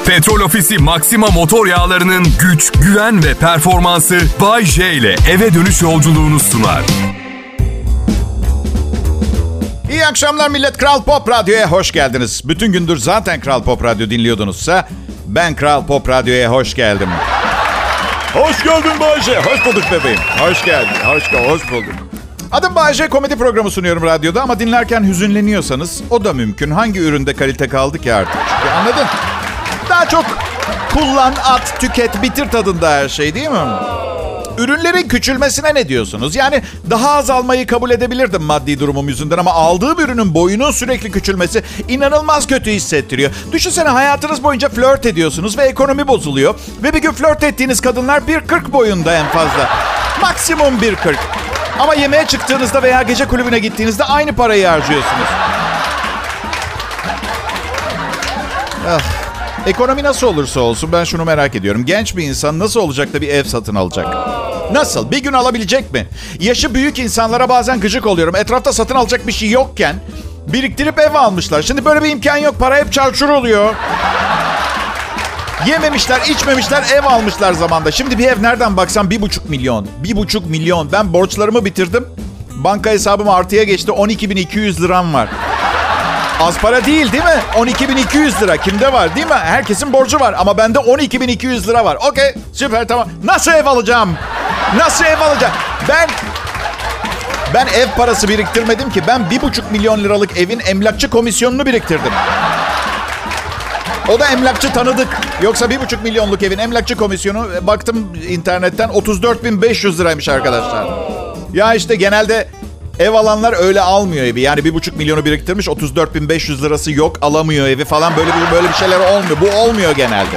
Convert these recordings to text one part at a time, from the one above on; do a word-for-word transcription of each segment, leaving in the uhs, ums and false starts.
Petrol Ofisi Maxima motor yağlarının güç, güven ve performansı Bay J ile eve dönüş yolculuğunu sunar. İyi akşamlar millet. Kral Pop Radyo'ya hoş geldiniz. Bütün gündür zaten Kral Pop Radyo dinliyordunuzsa ben Kral Pop Radyo'ya hoş geldim. Hoş geldin Bay J. Hoş bulduk bebeğim. Hoş geldin. Hoş, hoş bulduk. Adım Bay J, komedi programı sunuyorum radyoda ama dinlerken hüzünleniyorsanız o da mümkün. Hangi üründe kalite kaldı ki artık? Çünkü anladın? Daha çok kullan, at, tüket, bitir tadında her şey değil mi? Ürünlerin küçülmesine ne diyorsunuz? Yani daha az almayı kabul edebilirdim maddi durumum yüzünden ama aldığım ürünün boyunun sürekli küçülmesi inanılmaz kötü hissettiriyor. Düşünsene, hayatınız boyunca flört ediyorsunuz ve ekonomi bozuluyor. Ve bir gün flört ettiğiniz kadınlar bir kırk boyunda en fazla. Maksimum bir kırk. Ama yemeğe çıktığınızda veya gece kulübüne gittiğinizde aynı parayı harcıyorsunuz. Ah. Ekonomi nasıl olursa olsun ben şunu merak ediyorum. Genç bir insan nasıl olacak da bir ev satın alacak? Nasıl? Bir gün alabilecek mi? Yaşı büyük insanlara bazen gıcık oluyorum. Etrafta satın alacak bir şey yokken biriktirip ev almışlar. Şimdi böyle bir imkan yok. Para hep çarçur oluyor. Yememişler, içmemişler, ev almışlar zamanda. Şimdi bir ev nereden baksan bir buçuk milyon. Bir buçuk milyon. Ben borçlarımı bitirdim. Banka hesabım artıya geçti. on iki bin iki yüz liram var. Az para değil değil mi? on iki bin iki yüz lira. Kimde var değil mi? Herkesin borcu var. Ama bende on iki bin iki yüz lira var. Okey, süper, tamam. Nasıl ev alacağım? Nasıl ev alacağım? Ben... Ben ev parası biriktirmedim ki. Ben bir buçuk milyon liralık evin emlakçı komisyonunu biriktirdim. O da emlakçı tanıdık. Yoksa bir buçuk milyonluk evin emlakçı komisyonu, baktım internetten, otuz dört bin beş yüz liraymış arkadaşlar. Ya işte genelde ev alanlar öyle almıyor evi. Yani bir buçuk milyonu biriktirmiş, otuz dört bin beş yüz lirası yok, alamıyor evi falan. Böyle bir, böyle bir şeyler olmuyor. Bu olmuyor genelde.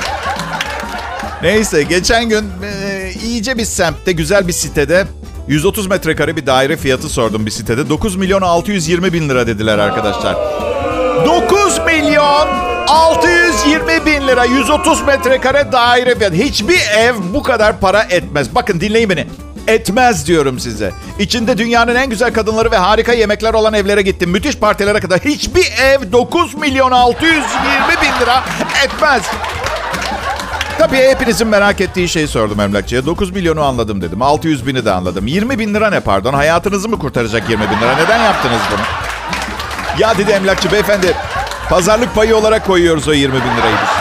Neyse, geçen gün e, iyice bir semtte, güzel bir sitede yüz otuz metrekare bir daire fiyatı sordum bir sitede. dokuz milyon altı yüz yirmi bin lira dediler arkadaşlar. dokuz milyon altı yüz yirmi bin lira yüz otuz metrekare daire fiyatı. Hiçbir ev bu kadar para etmez. Bakın, dinleyin beni. Etmez diyorum size. İçinde dünyanın en güzel kadınları ve harika yemekler olan evlere gittim. Müthiş partilere kadar. Hiçbir ev dokuz milyon altı yüz yirmi bin lira etmez. Tabii hepinizin merak ettiği şeyi sordum emlakçıya. dokuz milyonu anladım dedim. altı yüz bini de anladım. yirmi bin lira ne pardon? Hayatınızı mı kurtaracak yirmi bin lira? Neden yaptınız bunu? Ya dedi emlakçı, beyefendi, pazarlık payı olarak koyuyoruz o yirmi bin lirayı biz.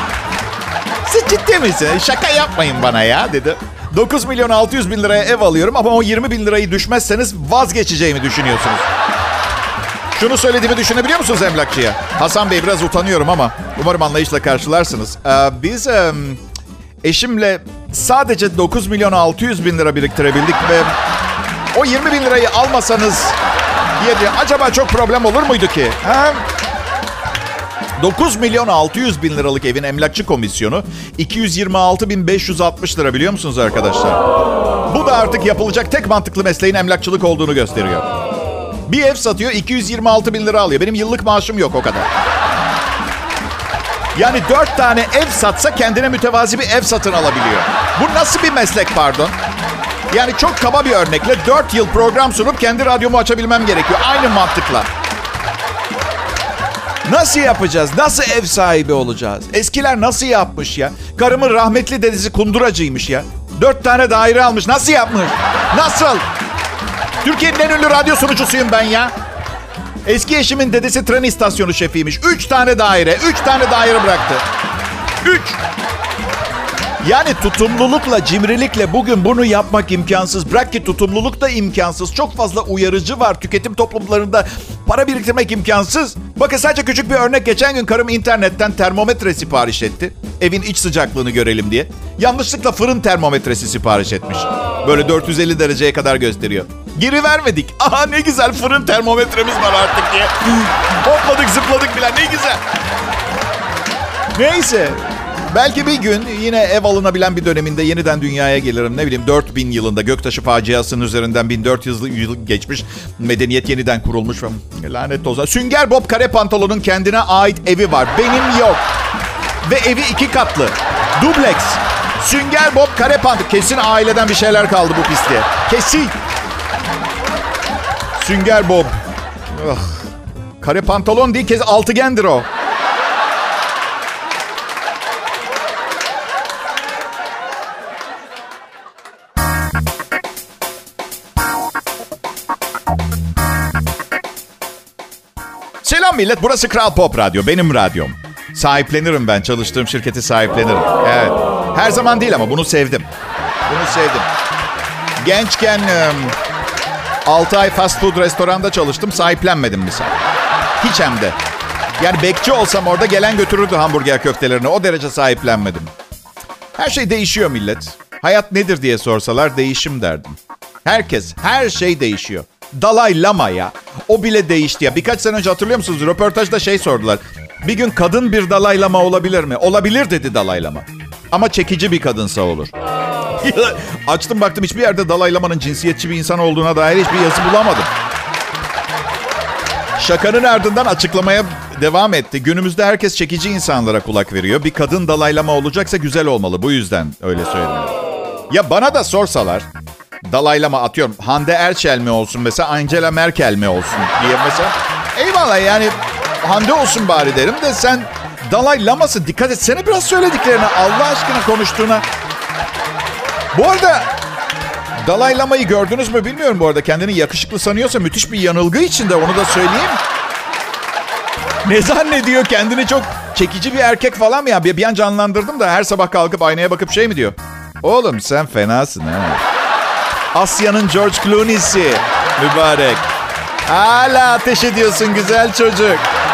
Siz ciddi misiniz? Şaka yapmayın bana ya dedi. dokuz milyon altı yüz bin liraya ev alıyorum ama o yirmi bin lirayı düşmezseniz vazgeçeceğimi düşünüyorsunuz. Şunu söylediğimi düşünebiliyor musunuz emlakçıya? Hasan Bey, biraz utanıyorum ama umarım anlayışla karşılarsınız. Ee, biz e, eşimle sadece dokuz milyon altı yüz bin lira biriktirebildik ve o yirmi bin lirayı almasanız diye diye acaba çok problem olur muydu ki? Ha? dokuz milyon altı yüz bin liralık evin emlakçı komisyonu iki yüz yirmi altı bin beş yüz altmış lira, biliyor musunuz arkadaşlar? Bu da artık yapılacak tek mantıklı mesleğin emlakçılık olduğunu gösteriyor. Bir ev satıyor, iki yüz yirmi altı bin lira alıyor. Benim yıllık maaşım yok o kadar. Yani dört tane ev satsa kendine mütevazi bir ev satın alabiliyor. Bu nasıl bir meslek pardon? Yani çok kaba bir örnekle dört yıl program sunup kendi radyomu açabilmem gerekiyor. Aynı mantıkla. Nasıl yapacağız? Nasıl ev sahibi olacağız? Eskiler nasıl yapmış ya? Karımın rahmetli dedesi kunduracıymış ya. Dört tane daire almış. Nasıl yapmış? Nasıl? Türkiye'nin en ünlü radyo sunucusuyum ben ya. Eski eşimin dedesi tren istasyonu şefiymiş. Üç tane daire. Üç tane daire bıraktı. Üç. Yani tutumlulukla, cimrilikle bugün bunu yapmak imkansız. Bırak ki tutumluluk da imkansız. Çok fazla uyarıcı var. Tüketim toplumlarında para biriktirmek imkansız. Bakın sadece küçük bir örnek. Geçen gün karım internetten termometre sipariş etti. Evin iç sıcaklığını görelim diye. Yanlışlıkla fırın termometresi sipariş etmiş. Böyle dört yüz elli dereceye kadar gösteriyor. Geri vermedik. Aha ne güzel, fırın termometremiz var artık diye. Hopladık zıpladık bile, ne güzel. Neyse. Belki bir gün yine ev alınabilen bir döneminde yeniden dünyaya gelirim. Ne bileyim, dört bin yılında Göktaşı faciasının üzerinden bin dört yüz yıl geçmiş. Medeniyet yeniden kurulmuş. Lanet olsun. Sünger Bob kare pantolonun kendine ait evi var. Benim yok. Ve evi iki katlı. Dubleks. Sünger Bob kare pantolon. Kesin aileden bir şeyler kaldı bu pisliğe. Kesin. Sünger Bob. Oh. Kare pantolon değil, kez altıgendir o. Selam millet, burası Kral Pop Radyo, benim radyom. Sahiplenirim ben, çalıştığım şirketi sahiplenirim. Evet, her zaman değil ama bunu sevdim. Bunu sevdim. Gençken altı ay fast food restoranda çalıştım, sahiplenmedim misal. Hiç hem de. Yani bekçi olsam orada gelen götürürdü hamburger köftelerini, o derece sahiplenmedim. Her şey değişiyor millet. Hayat nedir diye sorsalar değişim derdim. Herkes, her şey değişiyor. Dalai Lama ya. O bile değişti ya. Birkaç sene önce hatırlıyor musunuz? Röportajda şey sordular. Bir gün kadın bir Dalai Lama olabilir mi? Olabilir dedi Dalai Lama. Ama çekici bir kadınsa olur. Açtım baktım hiçbir yerde Dalai Lama'nın cinsiyetçi bir insan olduğuna dair hiçbir yazı bulamadım. Şakanın ardından açıklamaya devam etti. Günümüzde herkes çekici insanlara kulak veriyor. Bir kadın Dalai Lama olacaksa güzel olmalı. Bu yüzden öyle söylüyorum. Ya bana da sorsalar Dalai Lama atıyorum Hande Erçel mi olsun mesela Angela Merkel mi olsun diye mesela. Eyvallah yani Hande olsun bari derim de sen Dalai Lama'sı dikkat etsene biraz söylediklerine Allah aşkına konuştuğuna. Bu arada Dalai Lama'yı gördünüz mü bilmiyorum bu arada. Kendini yakışıklı sanıyorsa müthiş bir yanılgı içinde onu da söyleyeyim. Ne zannediyor kendini çok çekici bir erkek falan mı ya? Bir, bir an canlandırdım da her sabah kalkıp aynaya bakıp şey mi diyor? Oğlum sen fenasın ha. Asya'nın George Clooney'si mübarek. Hala ateş ediyorsun güzel çocuk.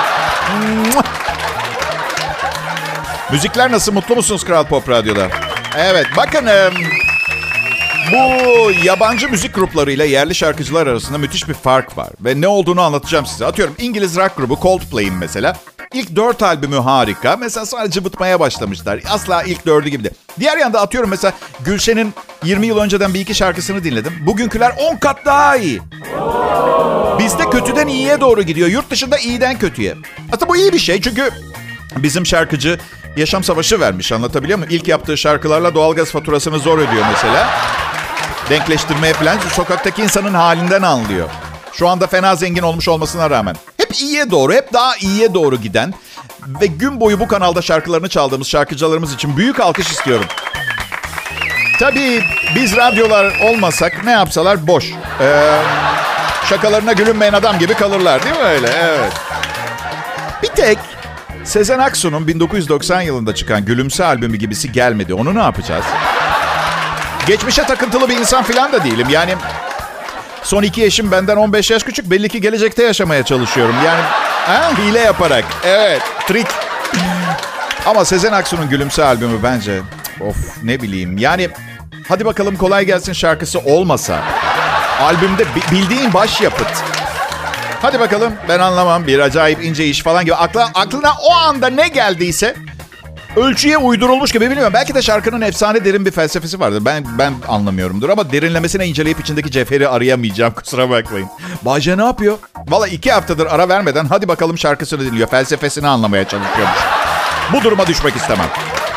Müzikler nasıl? Mutlu musunuz Kral Pop Radyo'da? Evet bakın bu yabancı müzik gruplarıyla yerli şarkıcılar arasında müthiş bir fark var. Ve ne olduğunu anlatacağım size. Atıyorum İngiliz rock grubu Coldplay'in mesela. İlk dört albümü harika. Mesela sonra cıvıtmaya başlamışlar. Asla ilk dördü gibi de. Diğer yanda atıyorum mesela Gülşen'in yirmi yıl önceden bir iki şarkısını dinledim. Bugünküler on kat daha iyi. Bizde kötüden iyiye doğru gidiyor. Yurt dışında iyiden kötüye. Aslında bu iyi bir şey çünkü bizim şarkıcı yaşam savaşı vermiş, anlatabiliyor muyum? İlk yaptığı şarkılarla doğalgaz faturasını zor ödüyor mesela. Denkleştirmeye falan sokaktaki insanın halinden anlıyor. Şu anda fena zengin olmuş olmasına rağmen. Hep iyiye doğru, hep daha iyiye doğru giden ve gün boyu bu kanalda şarkılarını çaldığımız şarkıcılarımız için büyük alkış istiyorum. Tabii biz radyolar olmasak ne yapsalar boş. Ee, şakalarına gülünmeyen adam gibi kalırlar değil mi öyle? Evet. Bir tek Sezen Aksu'nun bin dokuz yüz doksan yılında çıkan Gülümse albümü gibisi gelmedi. Onu ne yapacağız? Geçmişe takıntılı bir insan falan da değilim. Yani son iki eşim benden on beş yaş küçük. Belli ki gelecekte yaşamaya çalışıyorum. Yani ha, hile yaparak. Evet, trik. Ama Sezen Aksu'nun Gülümse albümü bence... Of ne bileyim. Yani hadi bakalım kolay gelsin şarkısı olmasa... Albümde bildiğin başyapıt. Hadi bakalım ben anlamam. Bir acayip ince iş falan gibi. Aklına, aklına o anda ne geldiyse... Ölçüye uydurulmuş gibi bilmiyorum. Belki de şarkının efsane derin bir felsefesi vardır. Ben ben anlamıyorumdur ama derinlemesine inceleyip içindeki cevheri arayamayacağım. Kusura bakmayın. Bahçe ne yapıyor? Valla iki haftadır ara vermeden hadi bakalım şarkısını dinliyor. Felsefesini anlamaya çalışıyormuş. Bu duruma düşmek istemem.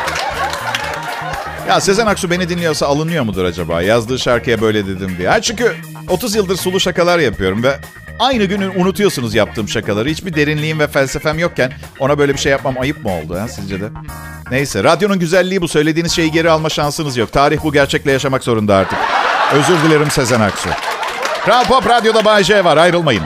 Ya Sezen Aksu beni dinliyorsa alınıyor mudur acaba? Yazdığı şarkıya böyle dedim diye. Ha, çünkü otuz yıldır sulu şakalar yapıyorum ve aynı günü unutuyorsunuz yaptığım şakaları. Hiçbir derinliğim ve felsefem yokken ona böyle bir şey yapmam ayıp mı oldu ha sizce de? Neyse, radyonun güzelliği bu. Söylediğiniz şeyi geri alma şansınız yok. Tarih bu gerçekle yaşamak zorunda artık. Özür dilerim Sezen Aksu. Kral Pop Radyo'da Bay J var, ayrılmayın.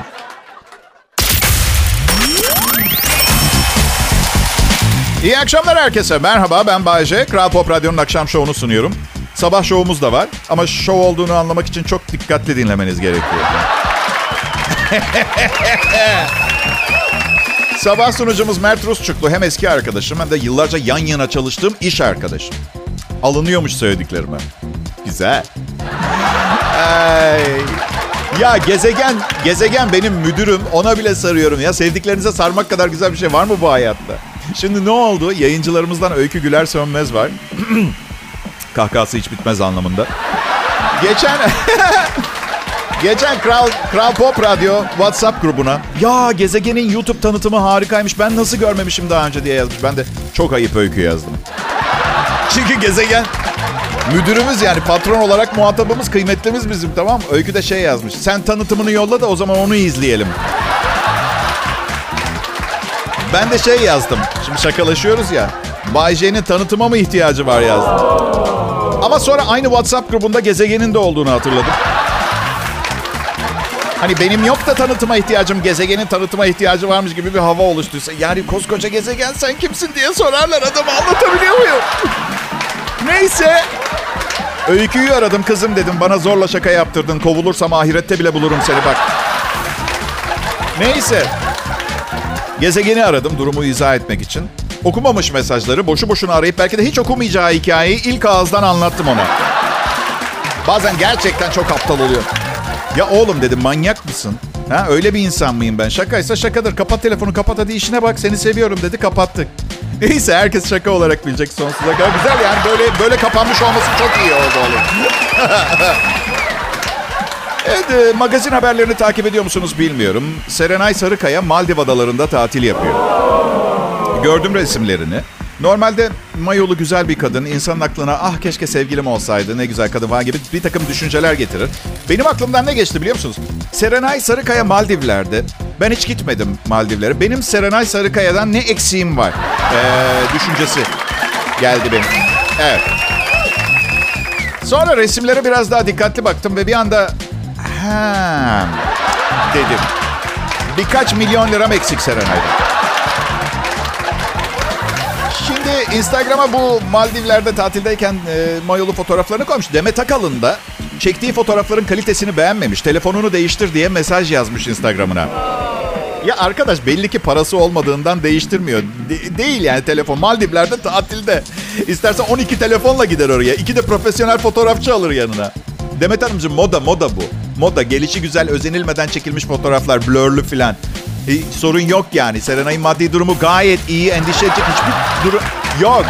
İyi akşamlar herkese. Merhaba, ben Bay J. Kral Pop Radyo'nun akşam şovunu sunuyorum. Sabah şovumuz da var ama şov olduğunu anlamak için çok dikkatli dinlemeniz gerekiyor. Sabah sunucumuz Mert Rusçuklu. Hem eski arkadaşım hem de yıllarca yan yana çalıştığım iş arkadaşım. Alınıyormuş söylediklerime. Güzel. Ay. Ya gezegen, gezegen benim müdürüm. Ona bile sarıyorum ya. Sevdiklerinize sarmak kadar güzel bir şey var mı bu hayatta? Şimdi ne oldu? Yayıncılarımızdan Öykü Güler Sönmez var. Kahkahası hiç bitmez anlamında. Geçen... Geçen Kral, Kral Pop Radyo WhatsApp grubuna ya gezegenin YouTube tanıtımı harikaymış, ben nasıl görmemişim daha önce diye yazmış. Ben de çok ayıp Öykü yazdım. Çünkü gezegen müdürümüz, yani patron olarak muhatabımız, kıymetlimiz bizim, tamam mı? Öykü de şey yazmış, sen tanıtımını yolla da o zaman onu izleyelim. Ben de şey yazdım, şimdi şakalaşıyoruz ya, Bay J'nin tanıtıma mı ihtiyacı var yazdım. Ama sonra aynı WhatsApp grubunda gezegenin de olduğunu hatırladım. Hani benim yok da tanıtıma ihtiyacım, gezegenin tanıtıma ihtiyacı varmış gibi bir hava oluştuysa. Yani koskoca gezegen sen kimsin diye sorarlar adamı, anlatabiliyor muyum? Neyse. Öykü'yü aradım, kızım dedim, bana zorla şaka yaptırdın. Kovulursam ahirette bile bulurum seni bak. Neyse. Gezegeni aradım durumu izah etmek için. Okumamış mesajları, boşu boşuna arayıp belki de hiç okumayacağı hikayeyi ilk ağızdan anlattım ona. Bazen gerçekten çok aptal oluyor. Ya oğlum dedim, manyak mısın? Ha, öyle bir insan mıyım ben? Şakaysa şakadır. Kapat telefonu, kapat hadi işine bak. Seni seviyorum dedi, kapattık. Neyse, herkes şaka olarak bilecek sonsuza kadar. Güzel yani, böyle böyle kapanmış olması çok iyi oldu oğlum. Evet, magazin haberlerini takip ediyor musunuz bilmiyorum. Serenay Sarıkaya Maldiv adalarında tatil yapıyor. Gördüm resimlerini. Normalde mayolu güzel bir kadın insanın aklına ah keşke sevgilim olsaydı, ne güzel kadın falan gibi bir takım düşünceler getirir. Benim aklımdan ne geçti biliyor musunuz? Serenay Sarıkaya Maldivler'de. Ben hiç gitmedim Maldivlere. Benim Serenay Sarıkaya'dan ne eksiğim var? Ee, düşüncesi geldi benim. Evet. Sonra resimlere biraz daha dikkatli baktım ve bir anda ha dedim. Birkaç milyon liram eksik Serenay'da. Şimdi Instagram'a bu Maldivler'de tatildeyken e, mayolu fotoğraflarını koymuş. Demet Akalın da çektiği fotoğrafların kalitesini beğenmemiş. Telefonunu değiştir diye mesaj yazmış Instagram'ına. Ya arkadaş, belli ki parası olmadığından değiştirmiyor. De- değil yani telefon. Maldivler'de tatilde. İstersen on iki telefonla gider oraya. İki de profesyonel fotoğrafçı alır yanına. Demet Hanımcığım, moda moda bu. Moda, gelişi güzel, özenilmeden çekilmiş fotoğraflar, blurlu filan. E, sorun yok yani. Serenay'ın maddi durumu gayet iyi. Endişe edecek hiçbir durum yok.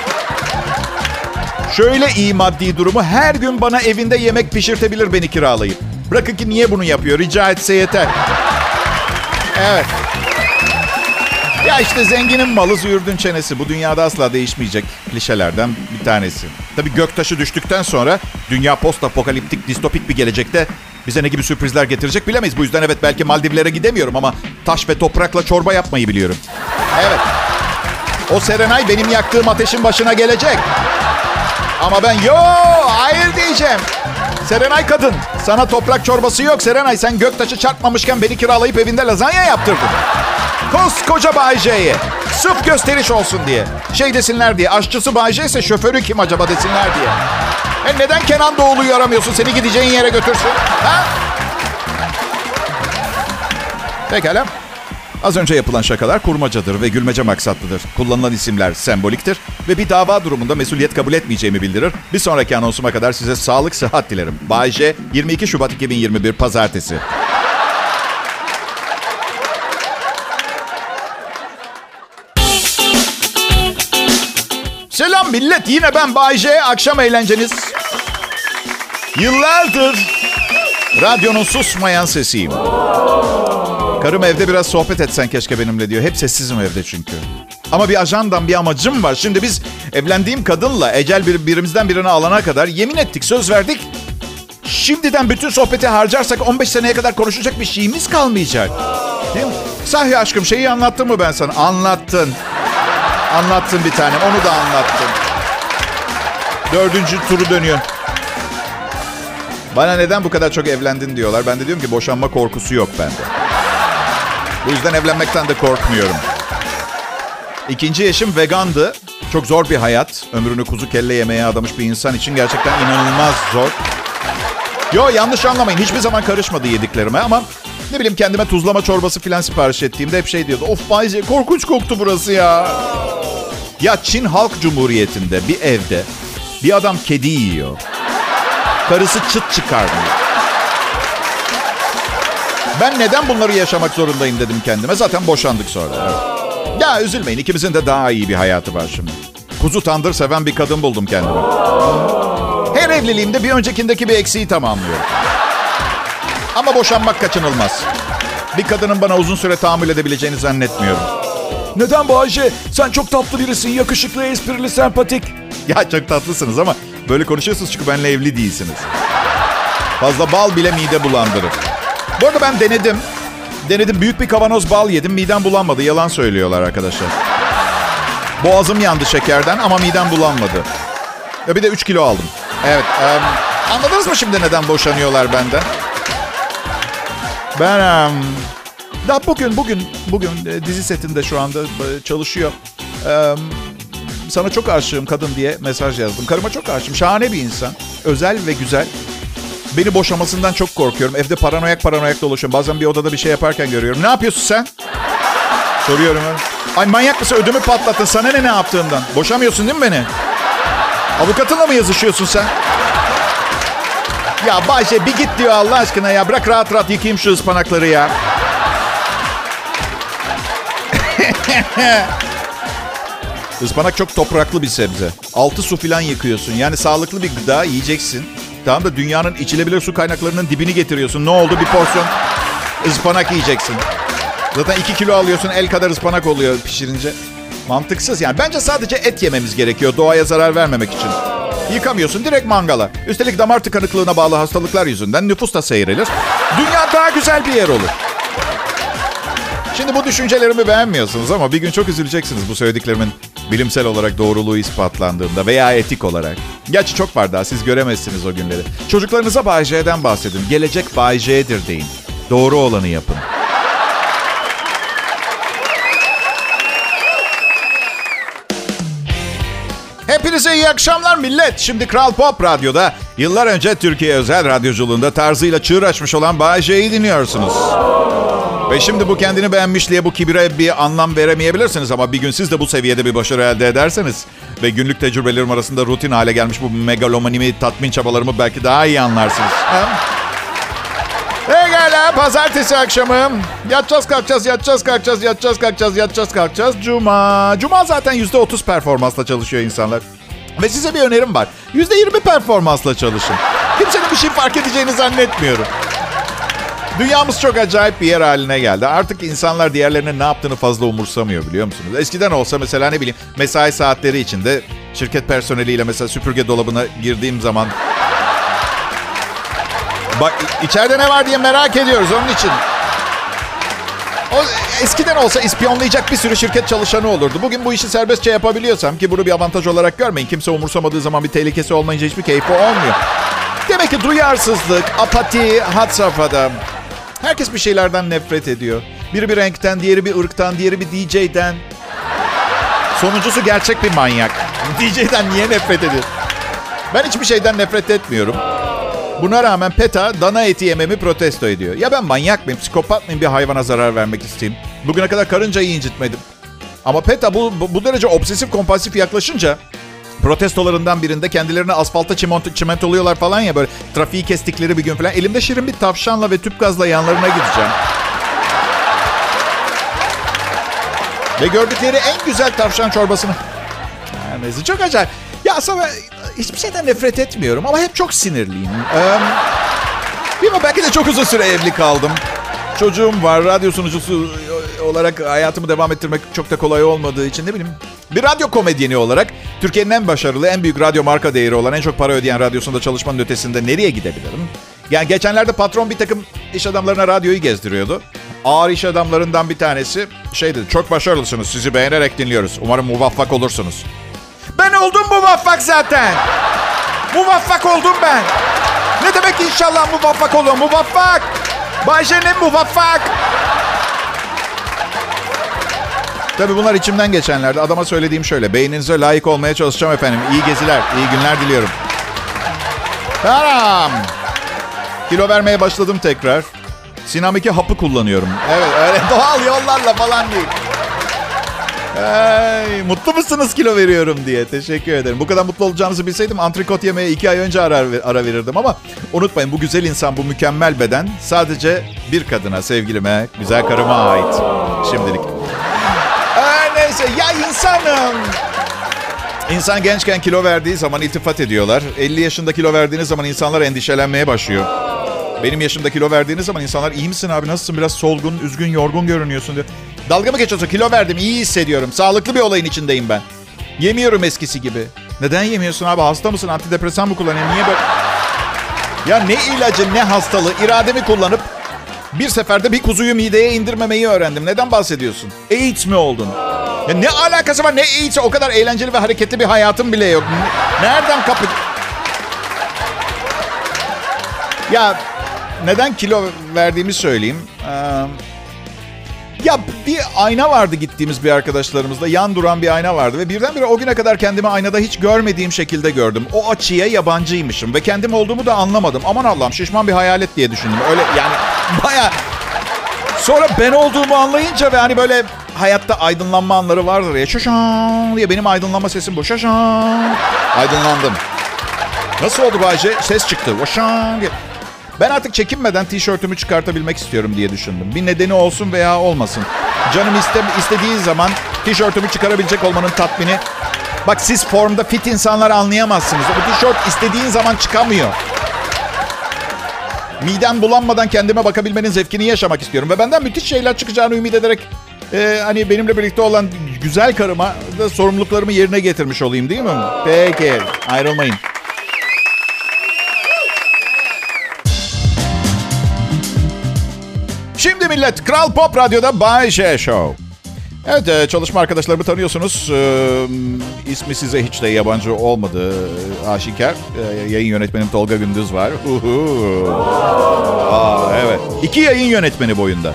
Şöyle iyi maddi durumu, her gün bana evinde yemek pişirtebilir beni kiralayıp. Bırakın ki niye bunu yapıyor, rica etse yeter. Evet. Ya işte zenginin malı züğürdün çenesi. Bu dünyada asla değişmeyecek klişelerden bir tanesi. Tabii göktaşı düştükten sonra dünya post apokaliptik, distopik bir gelecekte bize ne gibi sürprizler getirecek bilemeyiz. Bu yüzden evet, belki Maldivlere gidemiyorum ama taş ve toprakla çorba yapmayı biliyorum. Evet. O Serenay benim yaktığım ateşin başına gelecek. Ama ben yo hayır diyeceğim. Serenay kadın, sana toprak çorbası yok. Serenay, sen göktaşı çarpmamışken beni kiralayıp evinde lazanya yaptırdın. Koskoca Bay J'ye. Sırf gösteriş olsun diye. Şey desinler diye. Aşçısı Bay J ise şoförü kim acaba desinler diye. E neden Kenan Doğulu'yu aramıyorsun? Seni gideceğin yere götürsün. Ha? Pekala. Az önce yapılan şakalar kurmacadır ve gülmece maksatlıdır. Kullanılan isimler semboliktir ve bir dava durumunda mesuliyet kabul etmeyeceğimi bildirir. Bir sonraki anonsuma kadar size sağlık, sıhhat dilerim. Bay J, yirmi iki Şubat iki bin yirmi bir Pazartesi. Selam millet, yine ben Bay J. Akşam eğlenceniz. Yıllardır radyonun susmayan sesiyim. Karım evde biraz sohbet etsen keşke benimle diyor. Hep sessizim evde çünkü. Ama bir ajandam, bir amacım var. Şimdi biz evlendiğim kadınla ecel bir, birimizden birini alana kadar yemin ettik, söz verdik. Şimdiden bütün sohbeti harcarsak on beş seneye kadar konuşacak bir şeyimiz kalmayacak. Değil mi? Sahi aşkım, şeyi anlattın mı ben sana? Anlattın. Anlattın bir tanem, onu da anlattın. Dördüncü turu dönüyor. Bana neden bu kadar çok evlendin diyorlar. Ben de diyorum ki boşanma korkusu yok bende. Bu yüzden evlenmekten de korkmuyorum. İkinci eşim vegandı. Çok zor bir hayat. Ömrünü kuzu kelle yemeye adamış bir insan için gerçekten inanılmaz zor. Yo, yanlış anlamayın. Hiçbir zaman karışmadı yediklerime ama ne bileyim, kendime tuzlama çorbası falan sipariş ettiğimde hep şey diyordu. Of Bay J, korkunç koktu burası ya. Ya Çin Halk Cumhuriyeti'nde bir evde bir adam kedi yiyor. Karısı çıt çıkarmıyor. Ben neden bunları yaşamak zorundayım dedim kendime. Zaten boşandık sonra. Evet. Ya üzülmeyin, ikimizin de daha iyi bir hayatı var şimdi. Kuzu tandır seven bir kadın buldum kendime. Her evliliğimde bir öncekindeki bir eksiği tamamlıyorum. Ama boşanmak kaçınılmaz. Bir kadının bana uzun süre tahammül edebileceğini zannetmiyorum. Neden bu Ayşe? Sen çok tatlı birisin. Yakışıklı, esprili, sempatik. Ya çok tatlısınız ama böyle konuşuyorsunuz çünkü benimle evli değilsiniz. Fazla bal bile mide bulandırır. Bu arada ben denedim. Denedim, büyük bir kavanoz bal yedim. Midem bulanmadı. Yalan söylüyorlar arkadaşlar. Boğazım yandı şekerden ama midem bulanmadı. Ya bir de üç kilo aldım. Evet. Um, anladınız mı şimdi neden boşanıyorlar benden? Ben um, daha bugün bugün bugün e, dizi setinde şu anda e, çalışıyor. E, sana çok aşığım kadın diye mesaj yazdım. Karıma çok aşığım. Şahane bir insan. Özel ve güzel. Beni boşamasından çok korkuyorum. Evde paranoyak paranoyak dolaşıyorum. Bazen bir odada bir şey yaparken görüyorum. Ne yapıyorsun sen? Soruyorum. Ay manyak mısın? Ödümü patlattın. Sana ne ne yaptığından? Boşamıyorsun değil mi beni? Avukatınla mı yazışıyorsun sen? Ya Bayşe bir git diyor Allah aşkına ya. Bırak rahat rahat yıkayayım şu ıspanakları ya. Ispanak çok topraklı bir sebze. Altı su falan yıkıyorsun. Yani sağlıklı bir gıda yiyeceksin. Tamam da dünyanın içilebilir su kaynaklarının dibini getiriyorsun. Ne oldu? Bir porsiyon ıspanak yiyeceksin. Zaten iki kilo alıyorsun, el kadar ıspanak oluyor pişirince. Mantıksız yani. Bence sadece et yememiz gerekiyor doğaya zarar vermemek için. Yıkamıyorsun, direkt mangala. Üstelik damar tıkanıklığına bağlı hastalıklar yüzünden nüfus da seyrilir. Dünya daha güzel bir yer olur. Şimdi bu düşüncelerimi beğenmiyorsunuz ama bir gün çok üzüleceksiniz bu söylediklerimin bilimsel olarak doğruluğu ispatlandığında veya etik olarak. Gerçi çok var daha, siz göremezsiniz o günleri. Çocuklarınıza Bay J'den bahsedin. Gelecek Bay J'dir deyin. Doğru olanı yapın. Hepinize iyi akşamlar millet. Şimdi Kral Pop Radyo'da yıllar önce Türkiye özel radyoculuğunda tarzıyla çığır açmış olan Bay J'yi dinliyorsunuz. Ve şimdi bu kendini beğenmişliğe, bu kibire bir anlam veremeyebilirsiniz ama bir gün siz de bu seviyede bir başarı elde ederseniz ve günlük tecrübelerim arasında rutin hale gelmiş bu megalomanimi, tatmin çabalarımı belki daha iyi anlarsınız. Pekala, pazartesi akşamı yatacağız kalkacağız, yatacağız kalkacağız, yatacağız kalkacağız, yatacağız kalkacağız. Cuma. Cuma zaten yüzde otuz performansla çalışıyor insanlar. Ve size bir önerim var. yüzde yirmi performansla çalışın. Kimsenin bir şey fark edeceğini zannetmiyorum. Dünyamız çok acayip bir yer haline geldi. Artık insanlar diğerlerinin ne yaptığını fazla umursamıyor, biliyor musunuz? Eskiden olsa mesela ne bileyim mesai saatleri içinde şirket personeliyle mesela süpürge dolabına girdiğim zaman... Bak içeride ne var diye merak ediyoruz onun için. O, eskiden olsa ispiyonlayacak bir sürü şirket çalışanı olurdu. Bugün bu işi serbestçe yapabiliyorsam, ki bunu bir avantaj olarak görmeyin. Kimse umursamadığı zaman bir tehlikesi olmayınca hiçbir keyfi olmuyor. Demek ki duyarsızlık, apati had safhada. Herkes bir şeylerden nefret ediyor. Biri bir renkten, diğeri bir ırktan, diğeri bir D J'den. Sonuncusu gerçek bir manyak. D J'den niye nefret ediyor? Ben hiçbir şeyden nefret etmiyorum. Buna rağmen PETA dana eti yememi protesto ediyor. Ya ben manyak mıyım, psikopat mıyım bir hayvana zarar vermek isteyeyim? Bugüne kadar karıncayı incitmedim. Ama PETA bu, bu, bu derece obsesif kompulsif yaklaşınca protestolarından birinde kendilerini asfalta çimento, çimentoluyorlar falan ya, böyle trafiği kestikleri bir gün falan. Elimde şirin bir tavşanla ve tüp gazla yanlarına gideceğim. Ve gördükleri en güzel tavşan çorbasını... Yani çok acayip. Ya aslında hiçbir şeyden nefret etmiyorum ama hep çok sinirliyim. Ee, değil mi? Belki de çok uzun süre evli kaldım. Çocuğum var. Radyo sunucusu olarak hayatımı devam ettirmek çok da kolay olmadığı için ne bileyim. Bir radyo komedyeni olarak Türkiye'nin en başarılı, en büyük radyo marka değeri olan, en çok para ödeyen radyosunda çalışmanın ötesinde nereye gidebilirim? Yani geçenlerde patron bir takım iş adamlarına radyoyu gezdiriyordu. Ağır iş adamlarından bir tanesi şey dedi. Çok başarılısınız. Sizi beğenerek dinliyoruz. Umarım muvaffak olursunuz. Ben oldum muvaffak zaten. Muvaffak oldum ben. Ne demek inşallah muvaffak oluyor? Muvaffak. Bayşe'nin muvaffak. Tabii bunlar içimden geçenlerdi. Adama söylediğim şöyle. Beyninize layık olmaya çalışacağım efendim. İyi geziler, iyi günler diliyorum. Tamam. Kilo vermeye başladım tekrar. Sinam iki hapı kullanıyorum. Evet, öyle doğal yollarla falan değil. Hey, mutlu musunuz kilo veriyorum diye. Teşekkür ederim. Bu kadar mutlu olacağınızı bilseydim antrikot yemeye iki ay önce ara, ara verirdim. Ama unutmayın, bu güzel insan, bu mükemmel beden sadece bir kadına, sevgilime, güzel karıma ait. Şimdilik. Ee, neyse ya insanım. İnsan gençken kilo verdiği zaman iltifat ediyorlar. elli yaşında kilo verdiğiniz zaman insanlar endişelenmeye başlıyor. Benim yaşımda kilo verdiğiniz zaman insanlar iyi misin abi, nasılsın, biraz solgun, üzgün, yorgun görünüyorsun diyor. Dalga mı geçiyorsun? Kilo verdim, iyi hissediyorum. Sağlıklı bir olayın içindeyim ben. Yemiyorum eskisi gibi. Neden yemiyorsun abi? Hasta mısın? Antidepresan mı kullanıyorsun? Niye böyle? Ya ne ilacı, ne hastalığı. İrademi kullanıp bir seferde bir kuzuyu mideye indirmemeyi öğrendim. Neden bahsediyorsun? AIDS mi oldun? Ya ne alakası var? Ne AIDS? O kadar eğlenceli ve hareketli bir hayatım bile yok. Nereden kapı... Ya neden kilo verdiğimi söyleyeyim. Ee, ya bir ayna vardı gittiğimiz bir arkadaşlarımızla. Yan duran bir ayna vardı ve birdenbire o güne kadar kendimi aynada hiç görmediğim şekilde gördüm. O açıya yabancıymışım ve kendim olduğumu da anlamadım. Aman Allah'ım, şişman bir hayalet diye düşündüm. Öyle yani baya... Sonra ben olduğumu anlayınca ve hani böyle hayatta aydınlanma anları vardır ya. Şaşan diye benim aydınlanma sesim bu. Şaşan. Aydınlandım. Nasıl oldu Bayce? Ses çıktı. Şaşan diye. Ben artık çekinmeden tişörtümü çıkartabilmek istiyorum diye düşündüm. Bir nedeni olsun veya olmasın. Canım iste, istediği zaman tişörtümü çıkarabilecek olmanın tatmini. Bak siz formda fit insanlar anlayamazsınız. Bu tişört istediğin zaman çıkamıyor. Midem bulanmadan kendime bakabilmenin zevkini yaşamak istiyorum. Ve benden müthiş şeyler çıkacağını ümit ederek... E, hani benimle birlikte olan güzel karıma da sorumluluklarımı yerine getirmiş olayım, değil mi? Peki, ayrılmayın. Şimdi millet, Kral Pop Radyo'da Bay J Show. Evet, çalışma arkadaşlarımı tanıyorsunuz. Ee, ismi size hiç de yabancı olmadı, aşikar. Ee, yayın yönetmenim Tolga Gündüz var. Aa, evet. İki yayın yönetmeni boyunda.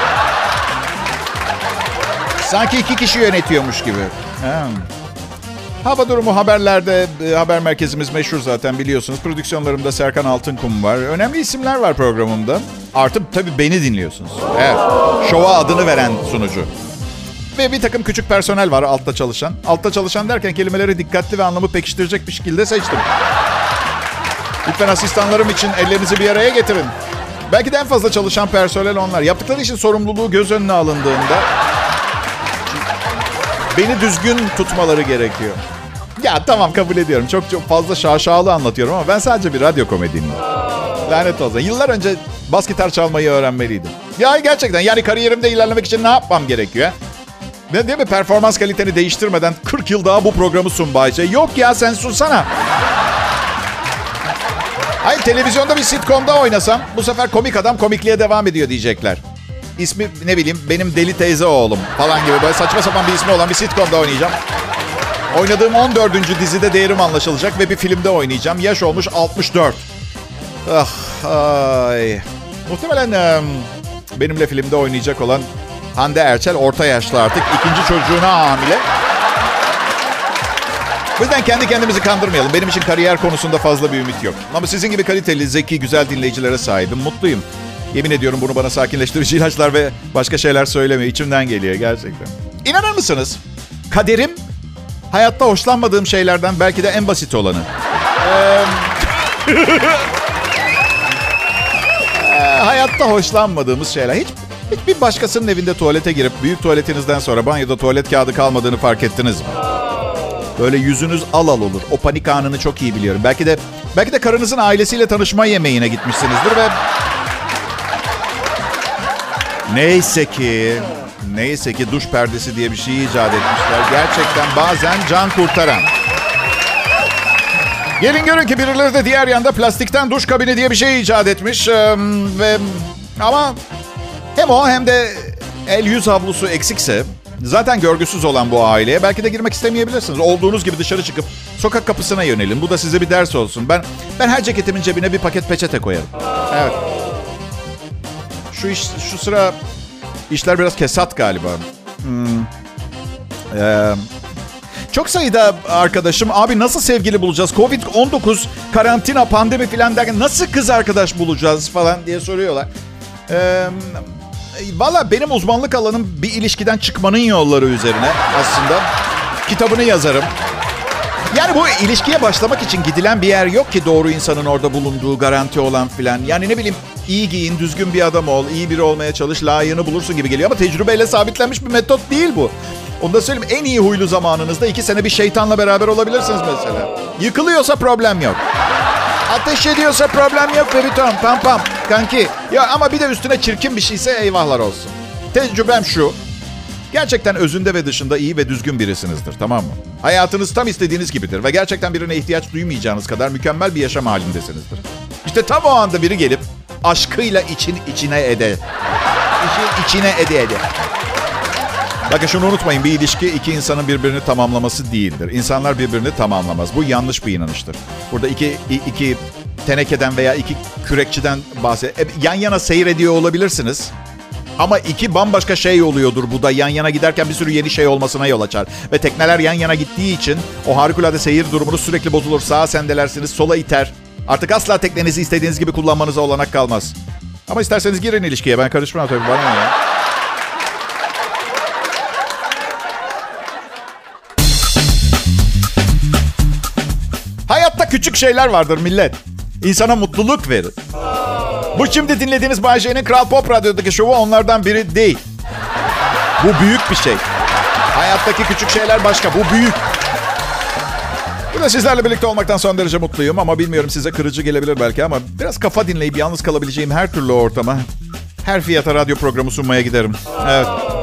Sanki iki kişi yönetiyormuş gibi. Ha. Hava durumu haberlerde, haber merkezimiz meşhur zaten biliyorsunuz. Prodüksiyonlarımda Serkan Altınkum var. Önemli isimler var programımda. Artı tabii beni dinliyorsunuz. Evet. Şova adını veren sunucu. Ve bir takım küçük personel var altta çalışan. Altta çalışan derken kelimeleri dikkatli ve anlamı pekiştirecek bir şekilde seçtim. Lütfen asistanlarım için ellerinizi bir araya getirin. Belki de en fazla çalışan personel onlar. Yaptıkları işin sorumluluğu göz önüne alındığında beni düzgün tutmaları gerekiyor. Ya tamam, kabul ediyorum. Çok çok fazla şaşalı anlatıyorum ama ben sadece bir radyo komedyeniyim. Lanet olsun. Yıllar önce bas gitar çalmayı öğrenmeliydim. Ya gerçekten yani kariyerimde ilerlemek için ne yapmam gerekiyor? Ne değil mi? Performans kaliteni değiştirmeden kırk yıl daha bu programı sun Bayce. Yok ya, sen sunsana. Hayır, televizyonda bir sitcom'da oynasam bu sefer komik adam komikliğe devam ediyor diyecekler. İsmi ne bileyim benim deli teyze oğlum falan gibi böyle saçma sapan bir ismi olan bir sitcom'da oynayacağım. Oynadığım on dördüncü dizide değerim anlaşılacak ve bir filmde oynayacağım. Yaş olmuş altmış dört. Ah, ay. Muhtemelen um, benimle filmde oynayacak olan Hande Erçel orta yaşlı artık. İkinci çocuğuna hamile. Bu yüzden kendi kendimizi kandırmayalım. Benim için kariyer konusunda fazla bir ümit yok. Ama sizin gibi kaliteli, zeki, güzel dinleyicilere sahibim. Mutluyum. Yemin ediyorum bunu bana sakinleştirici ilaçlar ve başka şeyler söylemiyor. İçimden geliyor gerçekten. İnanır mısınız? Kaderim hayatta hoşlanmadığım şeylerden belki de en basit olanı. Ee, hayatta hoşlanmadığımız şeyler. Hiç, hiçbir başkasının evinde tuvalete girip büyük tuvaletinizden sonra banyoda tuvalet kağıdı kalmadığını fark ettiniz mi? Böyle yüzünüz al al olur. O panik anını çok iyi biliyorum. Belki de belki de karınızın ailesiyle tanışma yemeğine gitmişsinizdir ve neyse ki neyse ki duş perdesi diye bir şey icat etmişler. Gerçekten bazen can kurtaran. Gelin görün ki birileri de diğer yanda plastikten duş kabini diye bir şey icat etmiş. Ee, ve ama hem o hem de el yüz havlusu eksikse zaten görgüsüz olan bu aileye belki de girmek istemeyebilirsiniz. Olduğunuz gibi dışarı çıkıp sokak kapısına yönelin. Bu da size bir ders olsun. Ben ben her ceketimin cebine bir paket peçete koyarım. Evet. Şu iş, şu sıra işler biraz kesat galiba. Hmm. Ee, çok sayıda arkadaşım abi nasıl sevgili bulacağız? covid on dokuz, karantina, pandemi filan derken nasıl kız arkadaş bulacağız falan diye soruyorlar. Ee, Valla benim uzmanlık alanım bir ilişkiden çıkmanın yolları üzerine aslında. Kitabını yazarım. Yani bu ilişkiye başlamak için gidilen bir yer yok ki doğru insanın orada bulunduğu garanti olan filan. Yani ne bileyim iyi giyin, düzgün bir adam ol, iyi biri olmaya çalış, layığını bulursun gibi geliyor. Ama tecrübeyle sabitlenmiş bir metot değil bu. Onu da söyleyeyim, en iyi huylu zamanınızda iki sene bir şeytanla beraber olabilirsiniz mesela. Yıkılıyorsa problem yok. Ateş ediyorsa problem yok ve bir ton pam pam kanki. Ya ama bir de üstüne çirkin bir şeyse eyvahlar olsun. Tecrübem şu. Gerçekten özünde ve dışında iyi ve düzgün birisinizdir, tamam mı? Hayatınız tam istediğiniz gibidir ve gerçekten birine ihtiyaç duymayacağınız kadar mükemmel bir yaşam halindesinizdir. İşte tam o anda biri gelip aşkıyla için içine ede. İçin içine ede ede. Bakın şunu unutmayın, bir ilişki iki insanın birbirini tamamlaması değildir. İnsanlar birbirini tamamlamaz. Bu yanlış bir inanıştır. Burada iki, iki tenekeden veya iki kürekçiden bahset. E, yan yana seyrediyor olabilirsiniz. Ama iki bambaşka şey oluyordur bu da. Yan yana giderken bir sürü yeni şey olmasına yol açar. Ve tekneler yan yana gittiği için o harikulade seyir durumunuz sürekli bozulur. Sağa sendelersiniz, sola iter. Artık asla teknenizi istediğiniz gibi kullanmanıza olanak kalmaz. Ama isterseniz girin ilişkiye. Ben karışmam tabii, bana ne ya. Hayatta küçük şeyler vardır millet. İnsana mutluluk verir. Bu şimdi dinlediğiniz Bay J'nin Kral Pop Radyo'daki şovu onlardan biri değil. Bu büyük bir şey. Hayattaki küçük şeyler başka. Bu büyük. Burada sizlerle birlikte olmaktan son derece mutluyum ama bilmiyorum, size kırıcı gelebilir belki ama biraz kafa dinleyip yalnız kalabileceğim her türlü ortama, her fiyata radyo programı sunmaya giderim. Evet.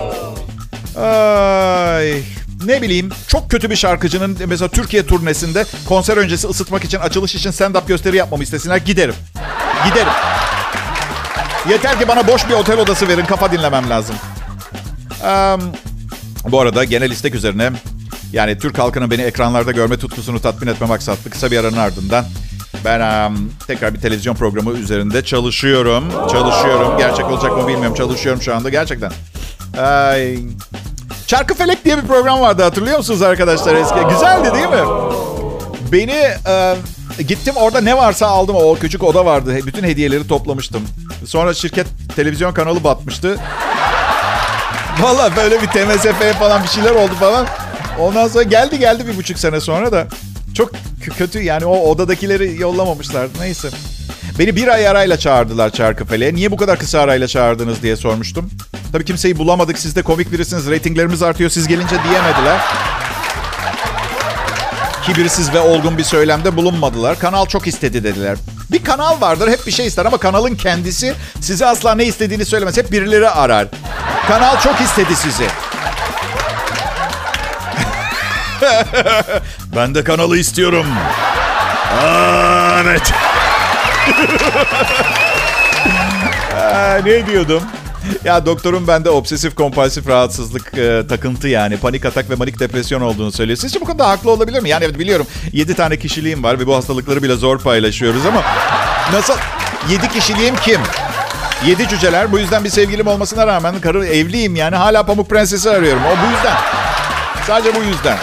Ay, ne bileyim, çok kötü bir şarkıcının mesela Türkiye turnesinde konser öncesi ısıtmak için, açılış için stand-up gösteri yapmamı istesinler, giderim. Giderim. Yeter ki bana boş bir otel odası verin, kafa dinlemem lazım. Um, bu arada genel istek üzerine, yani Türk halkının beni ekranlarda görme tutkusunu tatmin etme maksatlı kısa bir aranın ardından ben um, tekrar bir televizyon programı üzerinde çalışıyorum. Çalışıyorum. Gerçek olacak mı bilmiyorum. Çalışıyorum şu anda gerçekten. Ay. Çarkıfelek diye bir program vardı, hatırlıyor musunuz arkadaşlar eski? Güzeldi değil mi? Beni e, gittim orada ne varsa aldım. O küçük oda vardı. Bütün hediyeleri toplamıştım. Sonra şirket televizyon kanalı batmıştı. Valla böyle bir T M S F falan bir şeyler oldu falan. Ondan sonra geldi geldi bir buçuk sene sonra da. Çok kötü yani, o odadakileri yollamamışlar. Neyse. Beni bir ay arayla çağırdılar Çarkıfele'ye. Niye bu kadar kısa arayla çağırdınız diye sormuştum. Tabii kimseyi bulamadık. Siz de komik birisiniz. Reytinglerimiz artıyor. Siz gelince diyemediler. Kibirsiz ve olgun bir söylemde bulunmadılar. Kanal çok istedi dediler. Bir kanal vardır, hep bir şey ister ama kanalın kendisi size asla ne istediğini söylemez. Hep birileri arar. Kanal çok istedi sizi. Ben de kanalı istiyorum. Aa, evet. Aa, ne diyordum? Ya doktorum bende obsesif kompulsif rahatsızlık, e, takıntı yani panik atak ve manik depresyon olduğunu söylüyor. Sizce bu konuda haklı olabilir mi? Yani evet, biliyorum yedi tane kişiliğim var ve bu hastalıkları bile zor paylaşıyoruz ama nasıl? Yedi kişiliğim kim? Yedi cüceler. Bu yüzden bir sevgilim olmasına rağmen karı evliyim yani, hala Pamuk Prenses'i arıyorum. O bu yüzden. Sadece bu yüzden.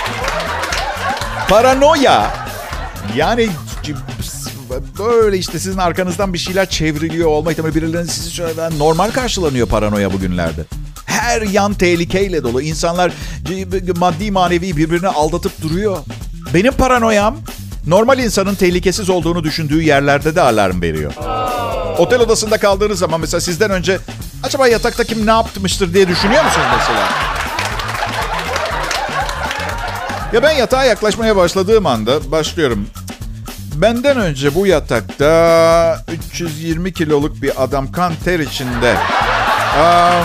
Paranoya. Yani böyle işte sizin arkanızdan bir şeyler çevriliyor olma ihtimali, birilerinin sizi şöyle normal karşılanıyor paranoya bugünlerde. Her yan tehlikeyle dolu. İnsanlar maddi manevi birbirini aldatıp duruyor. Benim paranoyam normal insanın tehlikesiz olduğunu düşündüğü yerlerde de alarm veriyor. Otel odasında kaldığınız zaman mesela sizden önce acaba yatakta kim ne yapmıştır diye düşünüyor musunuz mesela? Ya ben yatağa yaklaşmaya başladığım anda başlıyorum. Benden önce bu yatakta üç yüz yirmi kiloluk bir adam kan ter içinde. Um,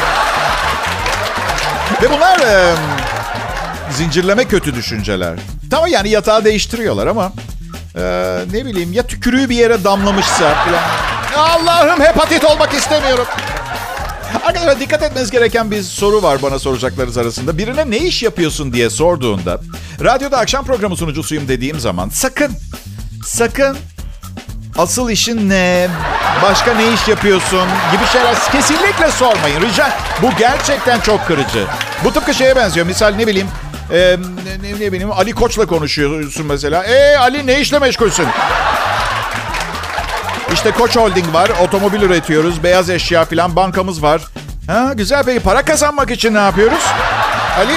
ve bunlar um, zincirleme kötü düşünceler. Tamam yani yatağı değiştiriyorlar ama e, ne bileyim ya tükürüğü bir yere damlamışsa falan. Allah'ım, hepatit olmak istemiyorum. Arkadaşlar dikkat etmeniz gereken bir soru var bana soracaklarınız arasında. Birine ne iş yapıyorsun diye sorduğunda, radyoda akşam programı sunucusuyum dediğim zaman sakın, sakın asıl işin ne, başka ne iş yapıyorsun gibi şeyler kesinlikle sormayın. Rica, bu gerçekten çok kırıcı. Bu tıpkı şeye benziyor. Misal ne bileyim, e, ne, ne bileyim Ali Koç'la konuşuyorsun mesela. E Ali ne işle meşgulsün? İşte Koç Holding var, otomobil üretiyoruz, beyaz eşya falan, bankamız var. Ha, güzel, peki para kazanmak için ne yapıyoruz? Ali?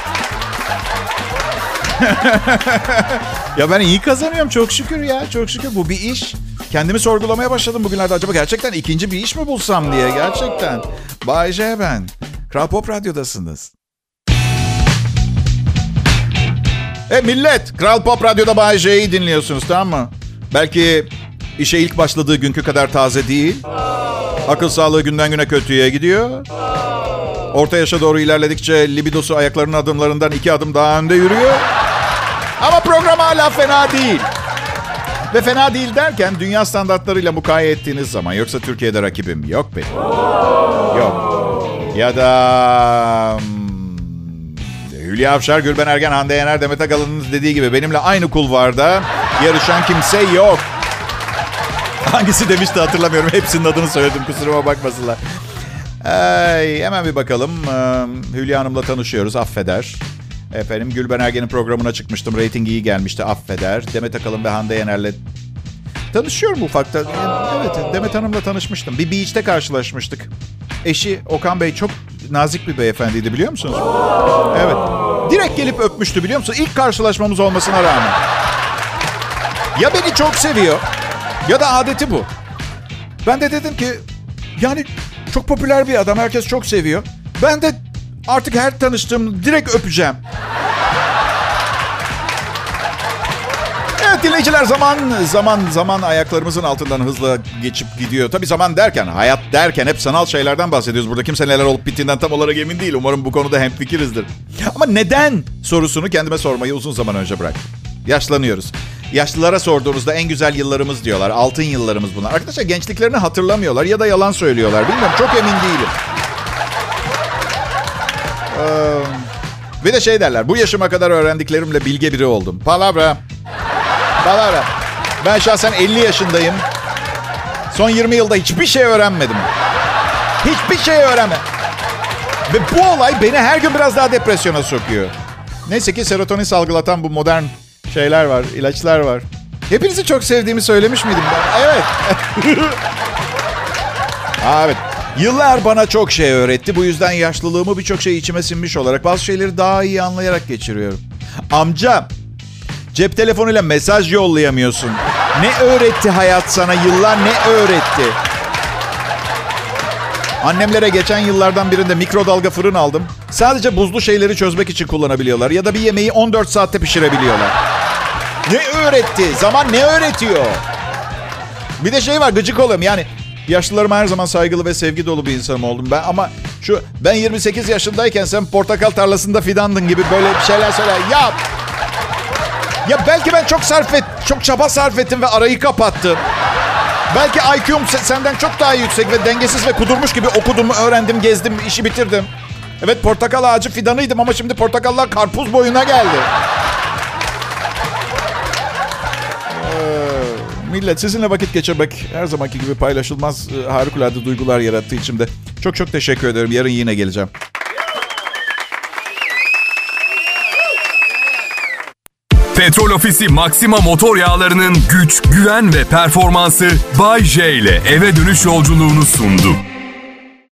Ya ben iyi kazanıyorum çok şükür ya, çok şükür. Bu bir iş. Kendimi sorgulamaya başladım bugünlerde. Acaba gerçekten ikinci bir iş mi bulsam diye, gerçekten. Bay J ben. Kral Pop Radyo'dasınız. E millet, Kral Pop Radyo'da Bay J'yi dinliyorsunuz, tamam mı? Belki İşe ilk başladığı günkü kadar taze değil. Akıl sağlığı günden güne kötüye gidiyor. Orta yaşa doğru ilerledikçe libidosu ayaklarının adımlarından iki adım daha önde yürüyor. Ama program hala fena değil. Ve fena değil derken dünya standartlarıyla mukayese ettiğiniz zaman, yoksa Türkiye'de rakibim yok benim. Yok. Ya da Hülya Avşar, Gülben Ergen, Hande Yener, Demet Akalın'ın dediği gibi benimle aynı kulvarda yarışan kimse yok. Hangisi demişti hatırlamıyorum. Hepsinin adını söyledim, kusuruma bakmasınlar. Ay, hemen bir bakalım. Ee, Hülya Hanım'la tanışıyoruz. Affeder. Efendim Gülben Ergen'in programına çıkmıştım. Rating iyi gelmişti. Affeder. Demet Akalın ve Hande Yener'le tanışıyorum ufakta. Evet, Demet Hanım'la tanışmıştım. Bir beach'te karşılaşmıştık. Eşi Okan Bey çok nazik bir beyefendiydi, biliyor musunuz? Evet. Direkt gelip öpmüştü, biliyor musun? İlk karşılaşmamız olmasına rağmen. Ya beni çok seviyor ya da adeti bu. Ben de dedim ki yani çok popüler bir adam. Herkes çok seviyor. Ben de artık her tanıştığım direkt öpeceğim. Evet dinleyiciler, zaman zaman zaman ayaklarımızın altından hızla geçip gidiyor. Tabii zaman derken, hayat derken hep sanal şeylerden bahsediyoruz. Burada kimse neler olup bittiğinden tam olarak emin değil. Umarım bu konuda hemfikirizdir. Ama neden sorusunu kendime sormayı uzun zaman önce bıraktım. Yaşlanıyoruz. Yaşlılara sorduğunuzda en güzel yıllarımız diyorlar. Altın yıllarımız bunlar. Arkadaşlar gençliklerini hatırlamıyorlar ya da yalan söylüyorlar. Bilmiyorum, çok emin değilim. Ee, bir de şey derler. Bu yaşıma kadar öğrendiklerimle bilge biri oldum. Palavra. Palavra. Ben şahsen elli yaşındayım. Son yirmi yılda hiçbir şey öğrenmedim. Hiçbir şey öğrenme. Ve bu olay beni her gün biraz daha depresyona sokuyor. Neyse ki serotonin salgılatan bu modern şeyler var, ilaçlar var. Hepinizi çok sevdiğimi söylemiş miydim ben? Evet. Aa, evet. Yıllar bana çok şey öğretti. Bu yüzden yaşlılığımı birçok şey içime sinmiş olarak bazı şeyleri daha iyi anlayarak geçiriyorum. Amca, cep telefonuyla mesaj yollayamıyorsun. Ne öğretti hayat sana? Yıllar ne öğretti? Annemlere geçen yıllardan birinde mikrodalga fırın aldım. Sadece buzlu şeyleri çözmek için kullanabiliyorlar. Ya da bir yemeği on dört saatte pişirebiliyorlar. Ne öğretti? Zaman ne öğretiyor? Bir de şey var, gıcık oluyorum. Yani yaşlılarıma her zaman saygılı ve sevgi dolu bir insanım oldum ben. Ama şu ben yirmi sekiz yaşındayken sen portakal tarlasında fidandın gibi böyle şeyler söyler. Ya, ya belki ben çok sarf et, çok çaba sarf ettim ve arayı kapattım. Belki I Q'm senden çok daha yüksek ve dengesiz ve kudurmuş gibi okudum, öğrendim, gezdim, işi bitirdim. Evet, portakal ağacı fidanıydım ama şimdi portakallar karpuz boyuna geldi. Ee, millet, sizinle vakit geçirmek her zamanki gibi paylaşılmaz harikulade duygular yarattı içimde. Çok çok teşekkür ederim. Yarın yine geleceğim. Petrol Ofisi Maxima motor yağlarının güç, güven ve performansı Bay J ile eve dönüş yolculuğunu sundu.